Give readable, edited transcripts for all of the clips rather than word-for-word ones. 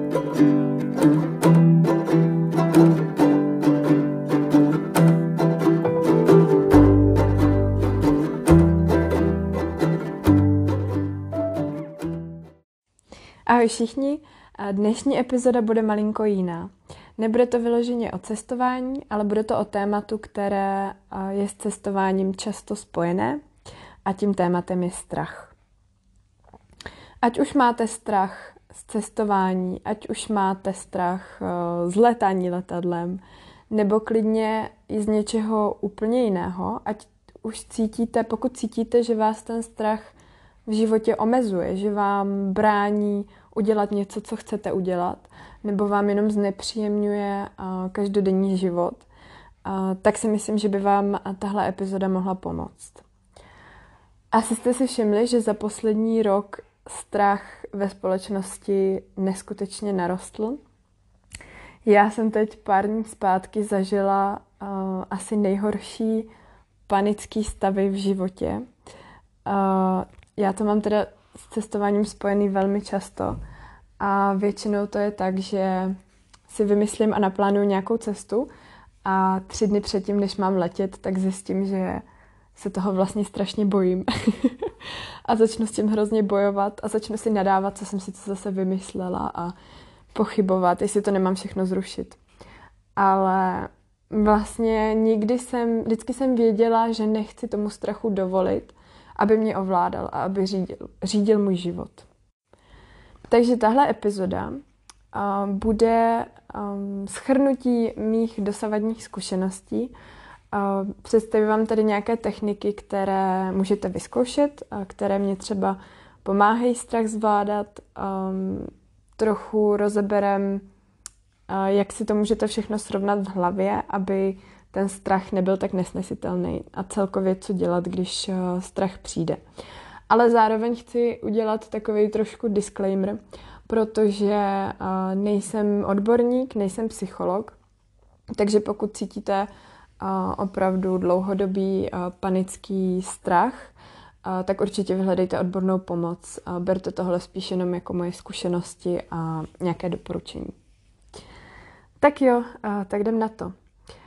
Ahoj všichni, dnešní epizoda bude malinko jiná. Nebude to vyloženě o cestování, ale bude to o tématu, které je s cestováním často spojené a tím tématem je strach. Ať už máte strach z cestování, ať už máte strach z letání letadlem, nebo klidně i z něčeho úplně jiného, ať už cítíte, pokud cítíte, že vás ten strach v životě omezuje, že vám brání udělat něco, co chcete udělat, nebo vám jenom znepříjemňuje každodenní život, tak si myslím, že by vám tahle epizoda mohla pomoct. Asi jste si všimli, že za poslední rok strach ve společnosti neskutečně narostl. Já jsem teď pár dní zpátky zažila asi nejhorší panický stavy v životě. Já to mám teda s cestováním spojený velmi často a většinou to je tak, že si vymyslím a naplánuju nějakou cestu a 3 dny předtím, než mám letět, tak zjistím, že se toho vlastně strašně bojím. A začnu s tím hrozně bojovat a začnu si nadávat, co jsem si to zase vymyslela a pochybovat, jestli to nemám všechno zrušit. Ale vlastně vždycky jsem věděla, že nechci tomu strachu dovolit, aby mě ovládal a aby řídil můj život. Takže tahle epizoda bude shrnutí mých dosavadních zkušeností. Představím vám tady nějaké techniky, které můžete vyzkoušet, které mě třeba pomáhají strach zvládat. Trochu rozeberem, jak si to můžete všechno srovnat v hlavě, aby ten strach nebyl tak nesnesitelný a celkově co dělat, když strach přijde. Ale zároveň chci udělat takový trošku disclaimer, protože nejsem odborník, nejsem psycholog, takže pokud cítíte opravdu dlouhodobý panický strach, tak určitě vyhledejte odbornou pomoc. Berte tohle spíš jenom jako moje zkušenosti a nějaké doporučení. Tak jo, tak jdem na to.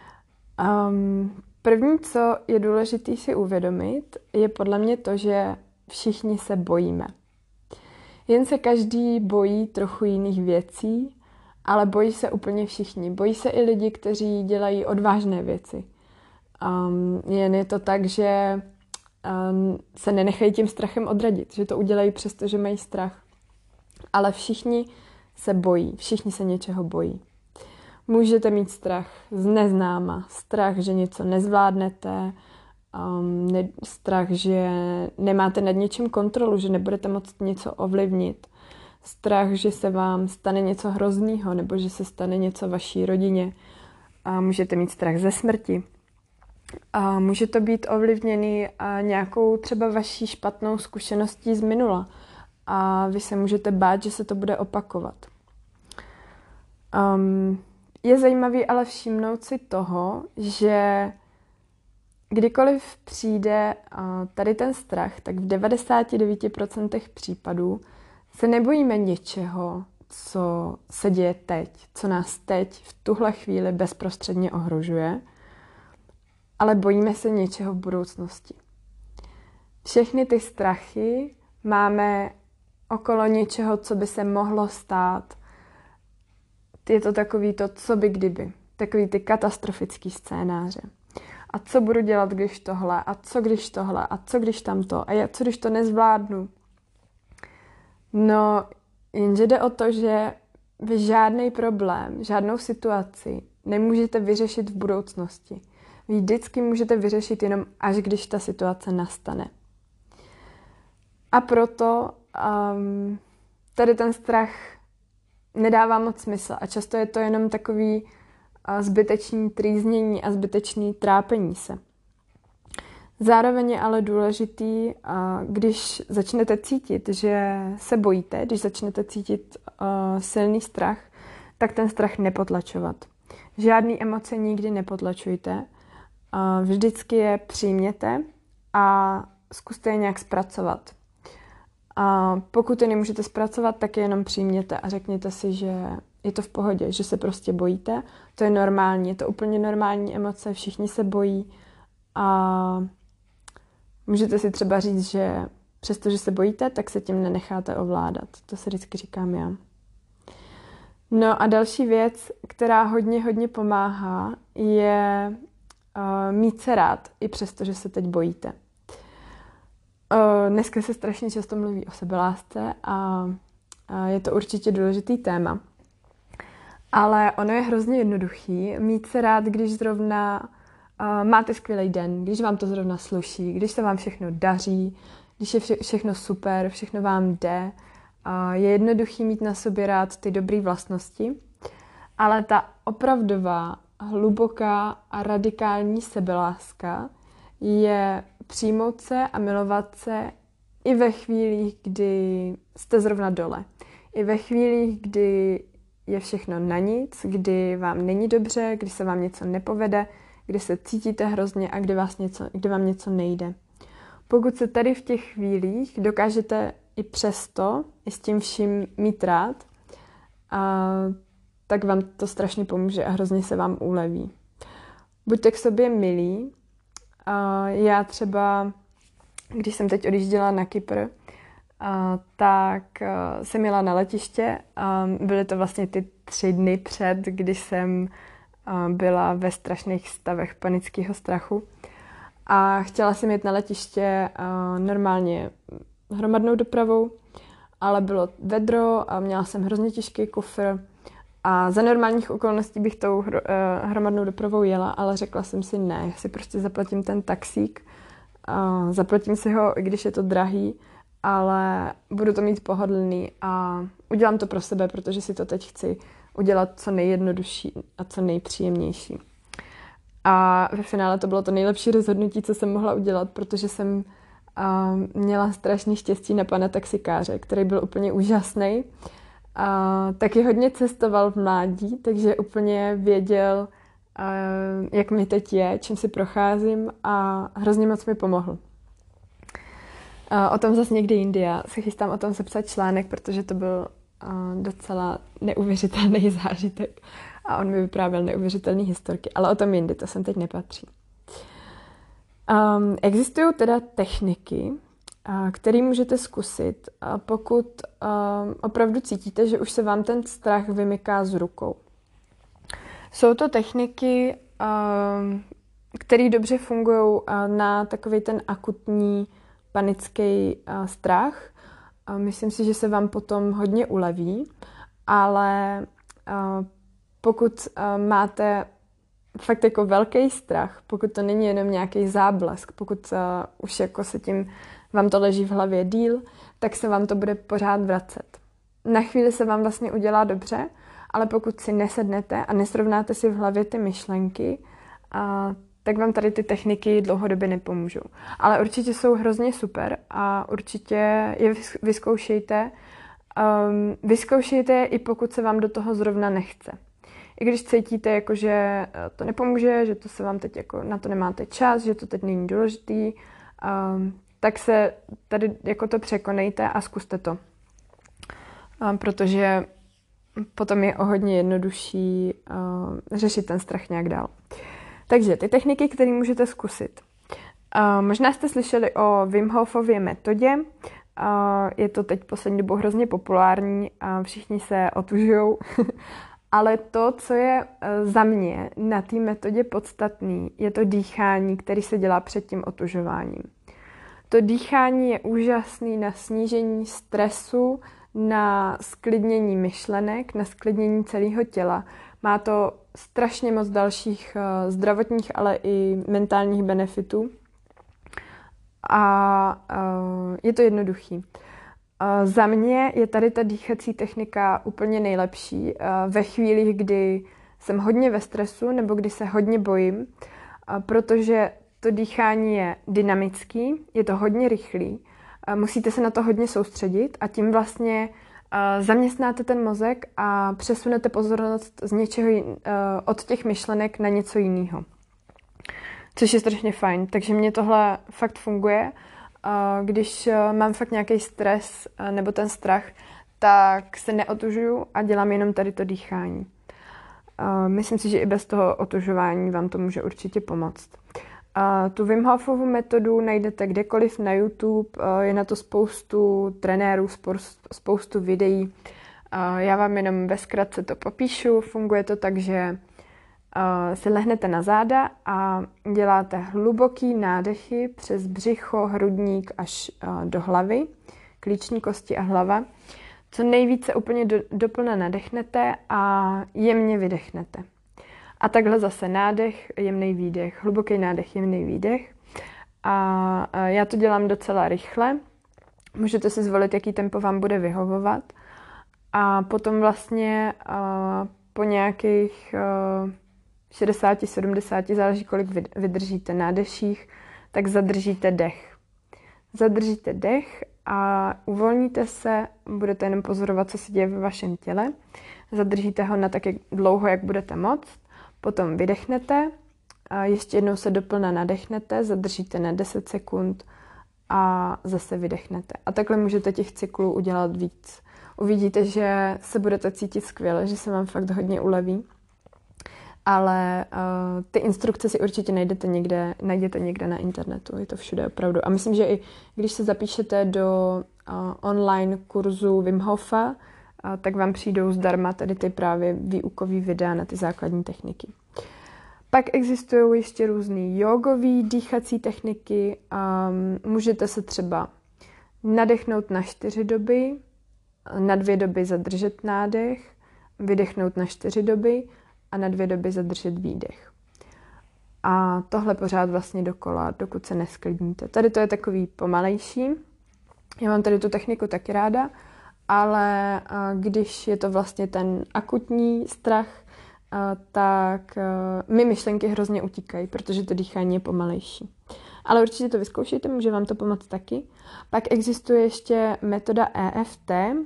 První, co je důležité si uvědomit, je podle mě to, že všichni se bojíme. Jen se každý bojí trochu jiných věcí, ale bojí se úplně všichni. Bojí se i lidi, kteří dělají odvážné věci. Jen je to tak, že se nenechají tím strachem odradit, že to udělají přesto, že mají strach. Ale všichni se bojí, všichni se něčeho bojí. Můžete mít strach z neznáma, strach, že něco nezvládnete, strach, že nemáte nad něčím kontrolu, že nebudete moct něco ovlivnit, strach, že se vám stane něco hroznýho nebo že se stane něco vaší rodině. Můžete mít strach ze smrti. Může to být ovlivněný nějakou třeba vaší špatnou zkušeností z minula a vy se můžete bát, že se to bude opakovat. Je zajímavý ale všimnout si toho, že kdykoliv přijde tady ten strach, tak v 99% případů se nebojíme něčeho, co se děje teď, co nás teď v tuhle chvíli bezprostředně ohrožuje, ale bojíme se něčeho v budoucnosti. Všechny ty strachy máme okolo něčeho, co by se mohlo stát. Je to takový to, co by kdyby. Takový ty katastrofický scénáře. A co budu dělat, když tohle? A co když tohle? A co když tamto? A co když to nezvládnu? No, jenže jde o to, že vy žádný problém, žádnou situaci nemůžete vyřešit v budoucnosti. Vy vždycky můžete vyřešit jenom, až když ta situace nastane. A proto tady ten strach nedává moc smysl a často je to jenom takový zbytečný trýznění a zbytečný trápení se. Zároveň je ale důležitý, když začnete cítit, že se bojíte, když začnete cítit silný strach, tak ten strach nepotlačovat. Žádný emoce nikdy nepotlačujte, vždycky je přijměte a zkuste je nějak zpracovat. A pokud je nemůžete zpracovat, tak je jenom přijměte a řekněte si, že je to v pohodě, že se prostě bojíte. To je normální, je to úplně normální emoce, všichni se bojí a můžete si třeba říct, že přestože se bojíte, tak se tím nenecháte ovládat. To si vždycky říkám já. No a další věc, která hodně pomáhá, je mít se rád, i přesto, že se teď bojíte. Dneska se strašně často mluví o sebelásce a je to určitě důležitý téma. Ale ono je hrozně jednoduchý mít se rád, když zrovna máte skvělý den, když vám to zrovna sluší, když se vám všechno daří, když je všechno super, všechno vám jde. Je jednoduchý mít na sobě rád ty dobré vlastnosti, ale ta opravdová, hluboká a radikální sebeláska je přijmout se a milovat se i ve chvílích, kdy jste zrovna dole. I ve chvílích, kdy je všechno na nic, kdy vám není dobře, kdy se vám něco nepovede, kdy se cítíte hrozně a kdy vám něco nejde. Pokud se tady v těch chvílích dokážete i přesto, i s tím vším mít rád, tak vám to strašně pomůže a hrozně se vám uleví. Buďte k sobě milí. Já třeba, když jsem teď odjížděla na Kypr, tak jsem jela na letiště. Byly to vlastně ty 3 dny před, když jsem byla ve strašných stavech panického strachu. A chtěla jsem jet na letiště normálně hromadnou dopravou, ale bylo vedro a měla jsem hrozně těžký kufr. A za normálních okolností bych tou hromadnou dopravou jela, ale řekla jsem si ne, já si prostě zaplatím ten taxík. Zaplatím si ho, i když je to drahý, ale budu to mít pohodlný a udělám to pro sebe, protože si to teď chci udělat co nejjednodušší a co nejpříjemnější. A ve finále to bylo to nejlepší rozhodnutí, co jsem mohla udělat, protože jsem měla strašný štěstí na pana taxikáře, který byl úplně úžasný. Taky hodně cestoval v mládí, takže úplně věděl, jak mi teď je, čím si procházím a hrozně moc mi pomohl. O tom zase někdy jindy, já se chystám o tom sepsat článek, protože to byl docela neuvěřitelný zážitek a on mi vyprávěl neuvěřitelné historky, ale o tom jindy, to sem teď nepatří. Existují teda techniky, které můžete zkusit, pokud opravdu cítíte, že už se vám ten strach vymyká z rukou. Jsou to techniky, které dobře fungují na takový ten akutní panický strach. Myslím si, že se vám potom hodně uleví, ale pokud máte fakt jako velký strach, pokud to není jenom nějaký záblesk, pokud už jako se tím vám to leží v hlavě díl, tak se vám to bude pořád vracet. Na chvíli se vám vlastně udělá dobře, ale pokud si nesednete a nesrovnáte si v hlavě ty myšlenky, tak vám tady ty techniky dlouhodobě nepomůžou. Ale určitě jsou hrozně super a určitě je vyzkoušejte. Vyzkoušejte je i pokud se vám do toho zrovna nechce. I když cítíte, jako, že to nepomůže, že to se vám teď jako, na to nemáte čas, že to teď není důležitý, tak se tady jako to překonejte a zkuste to. Protože potom je o hodně jednodušší řešit ten strach nějak dál. Takže ty techniky, které můžete zkusit. Možná jste slyšeli o Wim Hofově metodě. Je to teď poslední dobou hrozně populární a všichni se otužujou. Ale to, co je za mě na té metodě podstatný, je to dýchání, které se dělá před tím otužováním. To dýchání je úžasný na snížení stresu, na sklidnění myšlenek, na sklidnění celého těla. Má to strašně moc dalších zdravotních, ale i mentálních benefitů. A je to jednoduchý. Za mě je tady ta dýchací technika úplně nejlepší ve chvílích, kdy jsem hodně ve stresu nebo kdy se hodně bojím, protože to dýchání je dynamický, je to hodně rychlý, musíte se na to hodně soustředit a tím vlastně zaměstnáte ten mozek a přesunete pozornost z něčeho od těch myšlenek na něco jiného. Což je strašně fajn, takže mně tohle fakt funguje Když mám fakt nějaký stres nebo ten strach, tak se neotužuju a dělám jenom tady to dýchání. Myslím si, že i bez toho otužování vám to může určitě pomoct. Tu Wim Hofovu metodu najdete kdekoliv na YouTube, je na to spoustu trenérů, spoustu videí. Já vám jenom ve zkratce to popíšu. Funguje to tak, že si lehnete na záda a děláte hluboký nádechy přes břicho, hrudník až do hlavy, klíční kosti a hlava. Co nejvíce úplně doplna nadechnete a jemně vydechnete. A takhle zase nádech, jemný výdech, hluboký nádech, jemný výdech. A já to dělám docela rychle. Můžete si zvolit, jaký tempo vám bude vyhovovat. A potom vlastně po nějakých 60-70, záleží, kolik vydržíte nádeších, tak zadržíte dech. Zadržíte dech a uvolníte se, budete jenom pozorovat, co se děje ve vašem těle. Zadržíte ho na tak dlouho, jak budete moct. Potom vydechnete, a ještě jednou se doplna nadechnete, zadržíte na 10 sekund a zase vydechnete. A takhle můžete těch cyklů udělat víc. Uvidíte, že se budete cítit skvěle, že se vám fakt hodně uleví. Ale ty instrukce si určitě najdete někde na internetu, je to všude opravdu. A myslím, že i když se zapíšete do online kurzu Wim Hofa, tak vám přijdou zdarma tady ty právě výukový videa na ty základní techniky. Pak existují ještě různé jogové dýchací techniky. Můžete se třeba nadechnout na 4 doby, na 2 doby zadržet nádech, vydechnout na 4 doby a na 2 doby zadržet výdech. A tohle pořád vlastně dokola, dokud se nesklidníte. Tady to je takový pomalejší. Já mám tady tu techniku taky ráda, ale když je to vlastně ten akutní strach, tak mi myšlenky hrozně utíkají, protože to dýchání je pomalejší. Ale určitě to vyzkoušejte, může vám to pomoct taky. Pak existuje ještě metoda EFT,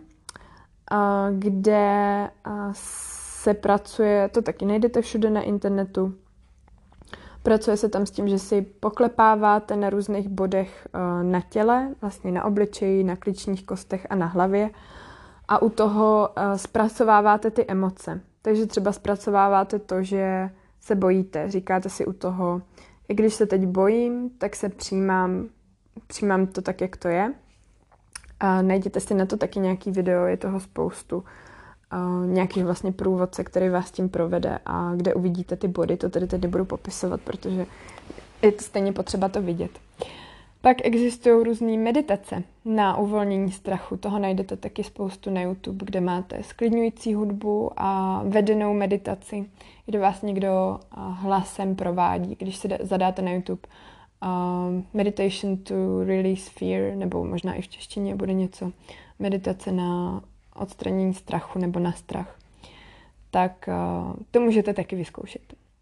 kde se pracuje, to taky najdete všude na internetu, pracuje se tam s tím, že si poklepáváte na různých bodech na těle, vlastně na obličeji, na klíčních kostech a na hlavě a u toho zpracováváte ty emoce. Takže třeba zpracováváte to, že se bojíte. Říkáte si u toho, i když se teď bojím, tak se přijímám to tak, jak to je. A najděte si na to taky nějaký video, je toho spoustu. Nějaký vlastně průvodce, který vás tím provede a kde uvidíte ty body. To tady teď nebudu popisovat, protože je to stejně potřeba to vidět. Pak existují různé meditace na uvolnění strachu. Toho najdete taky spoustu na YouTube, kde máte sklidňující hudbu a vedenou meditaci, kde vás někdo hlasem provádí. Když si zadáte na YouTube meditation to release fear, nebo možná i v češtině bude něco, meditace na odstranění strachu nebo na strach, tak to můžete taky vyzkoušet.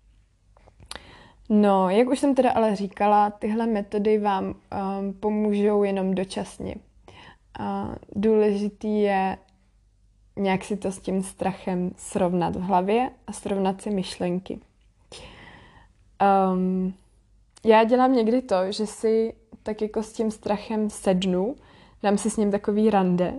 No, jak už jsem teda ale říkala, tyhle metody vám pomůžou jenom dočasně. Důležitý je nějak si to s tím strachem srovnat v hlavě a srovnat si myšlenky. Já dělám někdy to, že si tak jako s tím strachem sednu, dám si s ním takový rande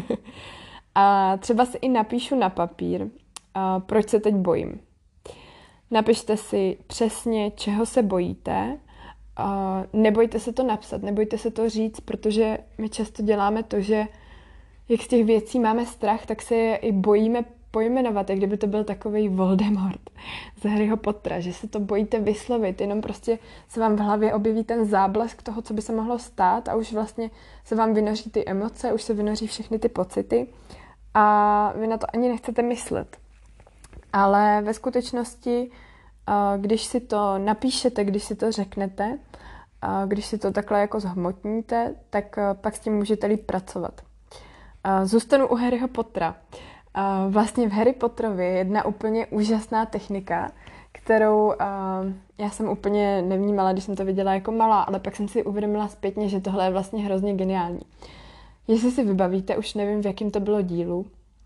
a třeba si i napíšu na papír, proč se teď bojím. Napište si přesně, čeho se bojíte. Nebojte se to napsat, nebojte se to říct, protože my často děláme to, že jak z těch věcí máme strach, tak se je i bojíme pojmenovat, jak kdyby to byl takovej Voldemort z Harryho Pottera, že se to bojíte vyslovit, jenom prostě se vám v hlavě objeví ten záblesk toho, co by se mohlo stát a už vlastně se vám vynoří ty emoce, už se vynoří všechny ty pocity a vy na to ani nechcete myslet. Ale ve skutečnosti, když si to napíšete, když si to řeknete, když si to takhle jako zhmotníte, tak pak s tím můžete líp pracovat. Zůstanu u Harryho Pottera. Vlastně v Harry Potterovi je jedna úplně úžasná technika, kterou já jsem úplně nevnímala, když jsem to viděla jako malá, ale pak jsem si uvědomila zpětně, že tohle je vlastně hrozně geniální. Jestli si vybavíte, už nevím, v jakém to bylo dílu,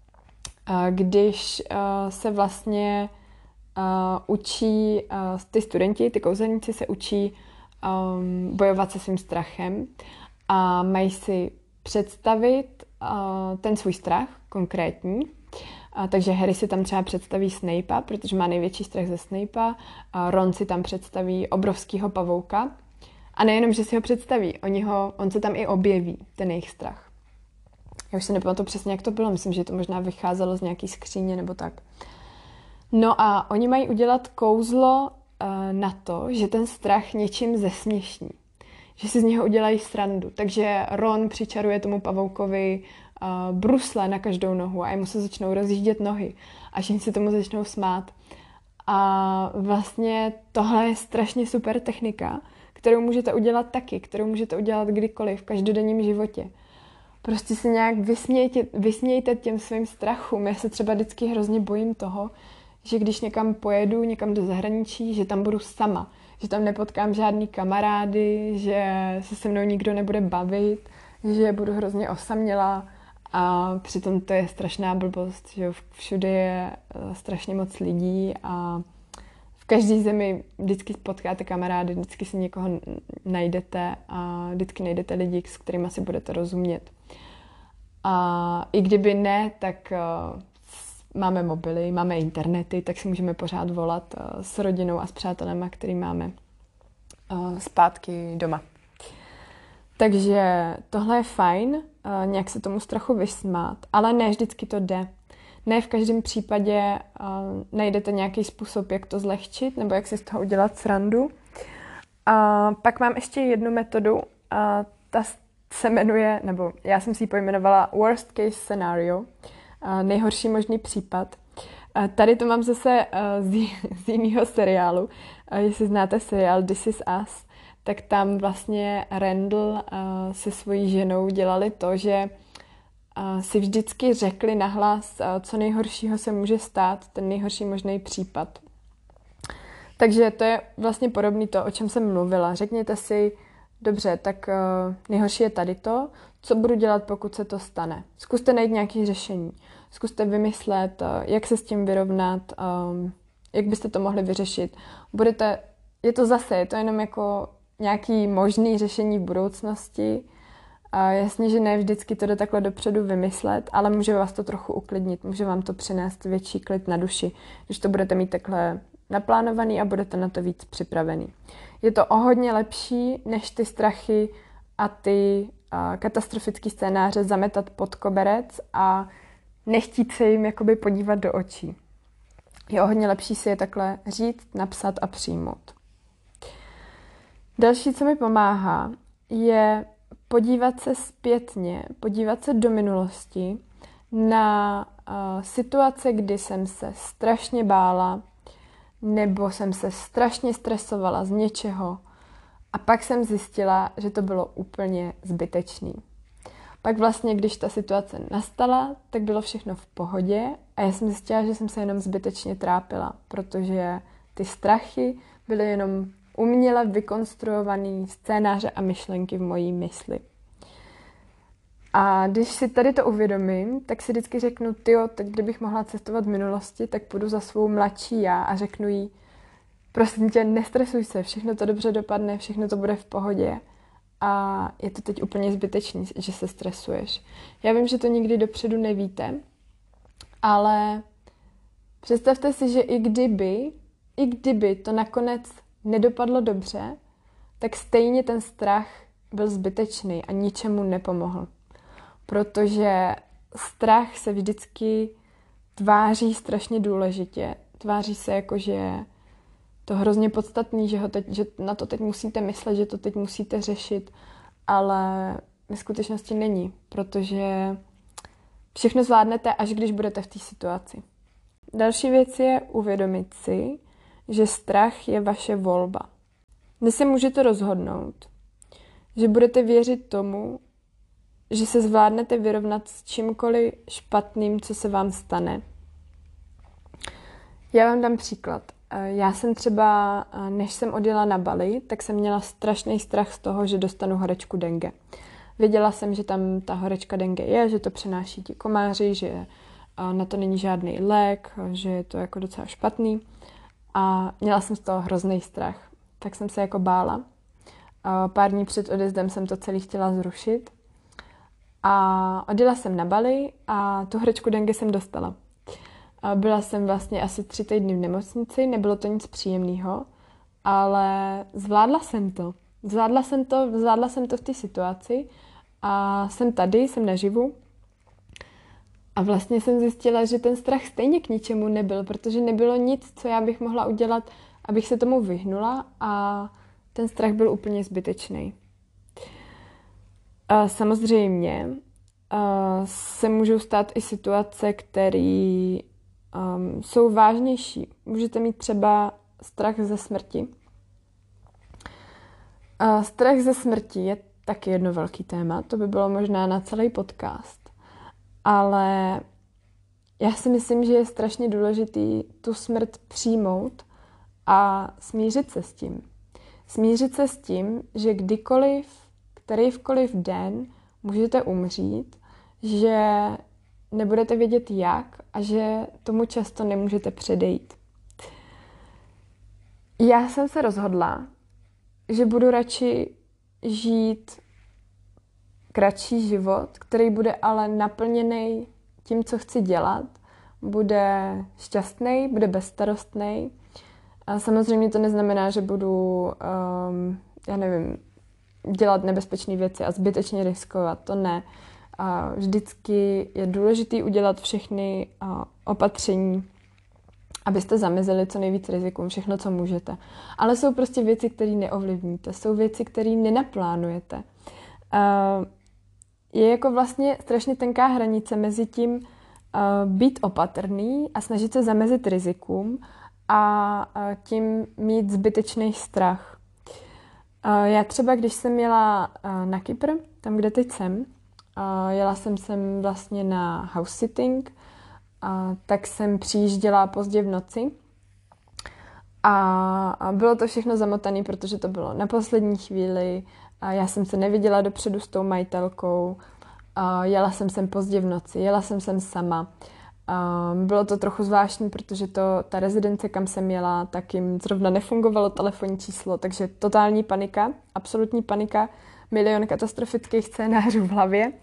když se vlastně učí, ty studenti, ty kouzelníci se učí bojovat se svým strachem a mají si představit ten svůj strach konkrétní. Takže Harry si tam třeba představí Snape'a, protože má největší strach ze Snape'a. Ron si tam představí obrovskýho pavouka. A nejenom, že si ho představí, on se tam i objeví, ten jejich strach. Já už se nepamatuju přesně, jak to bylo. Myslím, že to možná vycházelo z nějaký skříně nebo tak. No a oni mají udělat kouzlo na to, že ten strach něčím zesměšní. Že si z něho udělají srandu. Takže Ron přičaruje tomu pavoukovi brusle na každou nohu a jemu se začnou rozjíždět nohy. A všichni si tomu začnou smát. A vlastně tohle je strašně super technika, kterou můžete udělat taky, kterou můžete udělat kdykoliv, v každodenním životě. Prostě se nějak vysmějte těm svým strachům. Já se třeba vždycky hrozně bojím toho, že když někam pojedu, někam do zahraničí, že tam budu sama, že tam nepotkám žádný kamarády, že se mnou nikdo nebude bavit, že budu hrozně osamělá a přitom to je strašná blbost, že všude je strašně moc lidí a v každé zemi vždycky potkáte kamarády, vždycky si někoho najdete a vždycky najdete lidi, s kterými si budete rozumět. A i kdyby ne, tak máme mobily, máme internety, tak si můžeme pořád volat s rodinou a s přátelema, který máme zpátky doma. Takže tohle je fajn, nějak se tomu strachu vysmát, ale ne vždycky to jde. Ne v každém případě najdete nějaký způsob, jak to zlehčit nebo jak si z toho udělat srandu. A pak mám ještě jednu metodu, ta se jmenuje, nebo já jsem si ji pojmenovala Worst Case Scenario, nejhorší možný případ. Tady to mám zase z jiného seriálu. Jestli znáte seriál This Is Us, tak tam vlastně Randall se svojí ženou dělali to, že si vždycky řekli nahlas, co nejhoršího se může stát, ten nejhorší možný případ. Takže to je vlastně podobný to, o čem jsem mluvila. Řekněte si, dobře, tak nejhorší je tady to, co budu dělat, pokud se to stane. Zkuste najít nějaké řešení. Zkuste vymyslet, jak se s tím vyrovnat, jak byste to mohli vyřešit. Je to jenom jako nějaký možný řešení v budoucnosti. Jasně, že ne vždycky to jde takhle dopředu vymyslet, ale může vás to trochu uklidnit, může vám to přinést větší klid na duši, když to budete mít takhle naplánovaný a budete na to víc připravený. Je to o hodně lepší, než ty strachy a ty katastrofické scénáře zametat pod koberec a nechtít se jim jakoby podívat do očí. Je o hodně lepší si je takhle říct, napsat a přijmout. Další, co mi pomáhá, je podívat se zpětně, podívat se do minulosti na situace, kdy jsem se strašně bála nebo jsem se strašně stresovala z něčeho a pak jsem zjistila, že to bylo úplně zbytečný. Pak vlastně, když ta situace nastala, tak bylo všechno v pohodě a já jsem zjistila, že jsem se jenom zbytečně trápila, protože ty strachy byly jenom uměle vykonstruovaný scénáře a myšlenky v mojí mysli. A když si tady to uvědomím, tak si vždycky řeknu, tak kdybych mohla cestovat v minulosti, tak půjdu za svou mladší já a řeknu jí, prosím tě, nestresuj se, všechno to dobře dopadne, všechno to bude v pohodě. A je to teď úplně zbytečný, že se stresuješ. Já vím, že to nikdy dopředu nevíte, ale představte si, že i kdyby to nakonec nedopadlo dobře, tak stejně ten strach byl zbytečný a ničemu nepomohl. Protože strach se vždycky tváří strašně důležitě. Tváří se jako, že je to hrozně podstatný, že na to teď musíte myslet, že to teď musíte řešit, ale ve skutečnosti není, protože všechno zvládnete, až když budete v té situaci. Další věc je uvědomit si, že strach je vaše volba. Dnes se můžete rozhodnout, že budete věřit tomu, že se zvládnete vyrovnat s čímkoliv špatným, co se vám stane. Já vám dám příklad. Já jsem třeba, než jsem odjela na Bali, tak jsem měla strašný strach z toho, že dostanu horečku dengue. Věděla jsem, že tam ta horečka dengue je, že to přenáší ti komáři, že na to není žádný lék, že je to jako docela špatný. A měla jsem z toho hrozný strach. Tak jsem se jako bála. Pár dní před odjezdem jsem to celý chtěla zrušit. A odjela jsem na Bali a tu horečku dengue jsem dostala. Byla jsem vlastně asi 3 týdny v nemocnici, nebylo to nic příjemného, ale zvládla jsem to. Zvládla jsem to v té situaci a jsem tady, jsem naživu. A vlastně jsem zjistila, že ten strach stejně k ničemu nebyl, protože nebylo nic, co já bych mohla udělat, abych se tomu vyhnula a ten strach byl úplně zbytečný. Samozřejmě se můžou stát i situace, které jsou vážnější. Můžete mít třeba strach ze smrti. Strach ze smrti je taky jedno velký téma, to by bylo možná na celý podcast. Ale já si myslím, že je strašně důležitý tu smrt přijmout a smířit se s tím. Smířit se s tím, že kdykoliv, kterýkoliv den můžete umřít, že nebudete vědět jak a že tomu často nemůžete předejít. Já jsem se rozhodla, že budu radši žít kratší život, který bude ale naplněný tím, co chci dělat, bude šťastný, bude bezstarostný. A samozřejmě to neznamená, že budu, dělat nebezpečné věci a zbytečně riskovat, to ne. Vždycky je důležité udělat všechny opatření, abyste zamezili co nejvíc rizikům, všechno, co můžete. Ale jsou prostě věci, které neovlivníte, jsou věci, které nenaplánujete. Je jako vlastně strašně tenká hranice mezi tím být opatrný a snažit se zamezit rizikům a tím mít zbytečný strach. Já třeba, když jsem jela na Kypr, tam, kde teď jsem, jela jsem sem vlastně na house sitting, tak jsem přijížděla pozdě v noci a bylo to všechno zamotané, protože to bylo na poslední chvíli. Já jsem se neviděla dopředu s tou majitelkou, jela jsem sem pozdě v noci, jela jsem sem sama. Bylo to trochu zvláštní, protože ta rezidence, kam jsem jela, tak jim zrovna nefungovalo telefonní číslo, takže totální panika, absolutní panika, milion katastrofických scénářů v hlavě.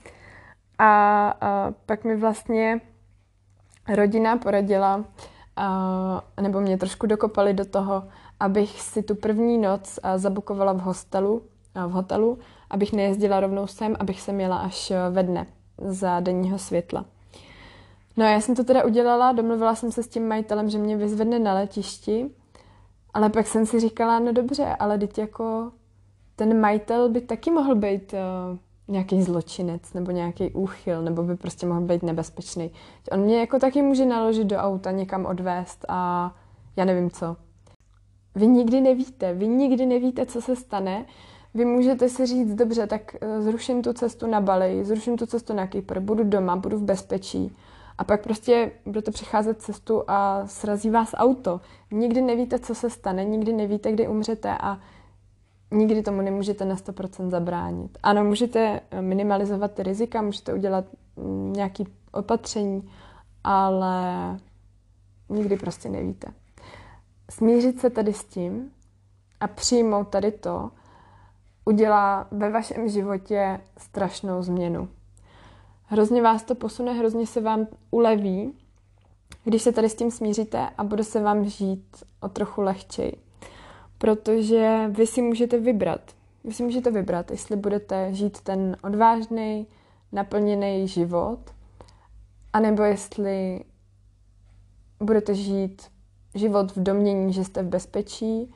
A pak mi vlastně rodina poradila, nebo mě trošku dokopali do toho, abych si tu první noc zabukovala v hotelu, abych nejezdila rovnou sem, abych sem jela až ve dne za denního světla. No a já jsem to teda udělala, domluvila jsem se s tím majitelem, že mě vyzvedne na letišti, ale pak jsem si říkala, no dobře, ale teď jako ten majitel by taky mohl být nějaký zločinec nebo nějaký úchyl, nebo by prostě mohl být nebezpečný. On mě jako taky může naložit do auta, někam odvést a já nevím co. Vy nikdy nevíte, co se stane. Vy můžete si říct, dobře, tak zruším tu cestu na Bali, zruším tu cestu na Kypr, budu doma, budu v bezpečí. A pak prostě budete přecházet cestu a srazí vás auto. Nikdy nevíte, co se stane, nikdy nevíte, kdy umřete a nikdy tomu nemůžete na 100% zabránit. Ano, můžete minimalizovat ty rizika, můžete udělat nějaké opatření, ale nikdy prostě nevíte. Smířit se tady s tím a přijmout tady to udělá ve vašem životě strašnou změnu. Hrozně vás to posune, hrozně se vám uleví, když se tady s tím smíříte a bude se vám žít o trochu lehčej. Protože vy si můžete vybrat, jestli budete žít ten odvážný, naplněný život, anebo jestli budete žít život v domnění, že jste v bezpečí,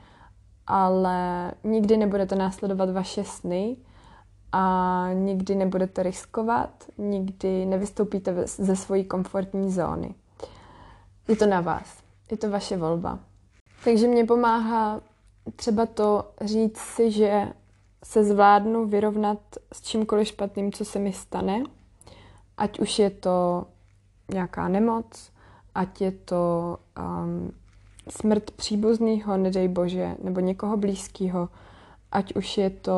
ale nikdy nebudete následovat vaše sny a nikdy nebudete riskovat, nikdy nevystoupíte ze své komfortní zóny. Je to na vás, je to vaše volba. Takže mě pomáhá třeba to říct si, že se zvládnu vyrovnat s čímkoliv špatným, co se mi stane, ať už je to nějaká nemoc, ať je to smrt příbuznýho, nedej bože, nebo někoho blízkého, ať už je to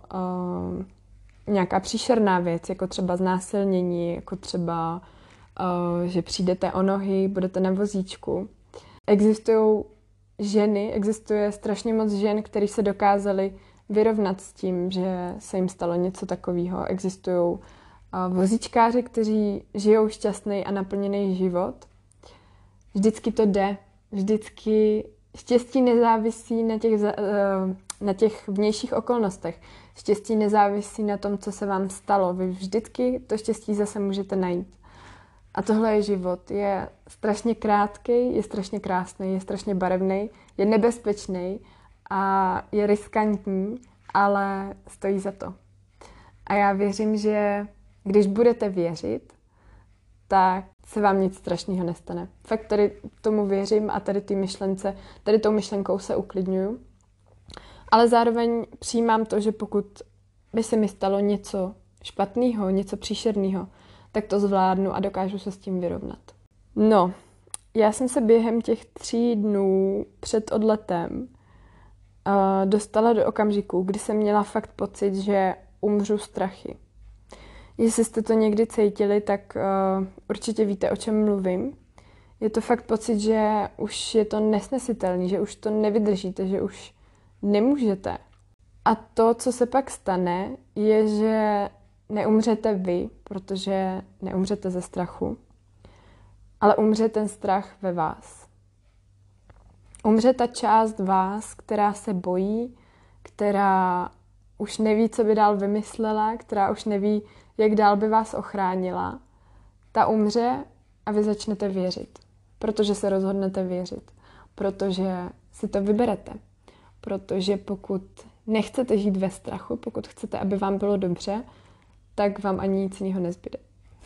nějaká příšerná věc, jako třeba znásilnění, jako třeba, že přijdete o nohy, budete na vozíčku. Existuje strašně moc žen, které se dokázaly vyrovnat s tím, že se jim stalo něco takového. Existují vozíčkáři, kteří žijou šťastný a naplněný život. Vždycky to jde. Vždycky štěstí nezávisí na těch vnějších okolnostech. Štěstí nezávisí na tom, co se vám stalo. Vy vždycky to štěstí zase můžete najít. A tohle je život. Je strašně krátký, je strašně krásný, je strašně barevný, je nebezpečný a je riskantní, ale stojí za to. A já věřím, že když budete věřit, tak se vám nic strašného nestane. Fakt tady tomu věřím a tady tou myšlenkou se uklidňuju. Ale zároveň přijímám to, že pokud by se mi stalo něco špatného, něco příšerného, tak to zvládnu a dokážu se s tím vyrovnat. No, já jsem se během těch 3 dnů před odletem dostala do okamžiku, kdy jsem měla fakt pocit, že umřu strachy. Jestli jste to někdy cítili, tak určitě víte, o čem mluvím. Je to fakt pocit, že už je to nesnesitelný, že už to nevydržíte, že už nemůžete. A to, co se pak stane, je, že neumřete vy, protože neumřete ze strachu, ale umře ten strach ve vás. Umře ta část vás, která se bojí, která už neví, co by dál vymyslela, která už neví, jak dál by vás ochránila. Ta umře a vy začnete věřit, protože se rozhodnete věřit, protože si to vyberete. Protože pokud nechcete žít ve strachu, pokud chcete, aby vám bylo dobře, tak vám ani nic jiného nezbyde.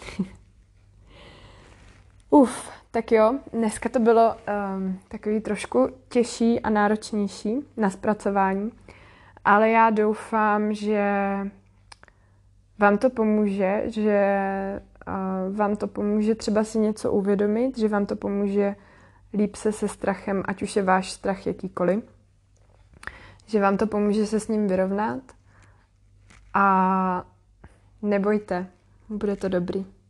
Tak jo, dneska to bylo takový trošku těžší a náročnější na zpracování, ale já doufám, že vám to pomůže, vám to pomůže třeba si něco uvědomit, že vám to pomůže líp se strachem, ať už je váš strach jakýkoliv, že vám to pomůže se s ním vyrovnat a nebojte, bude to dobrý.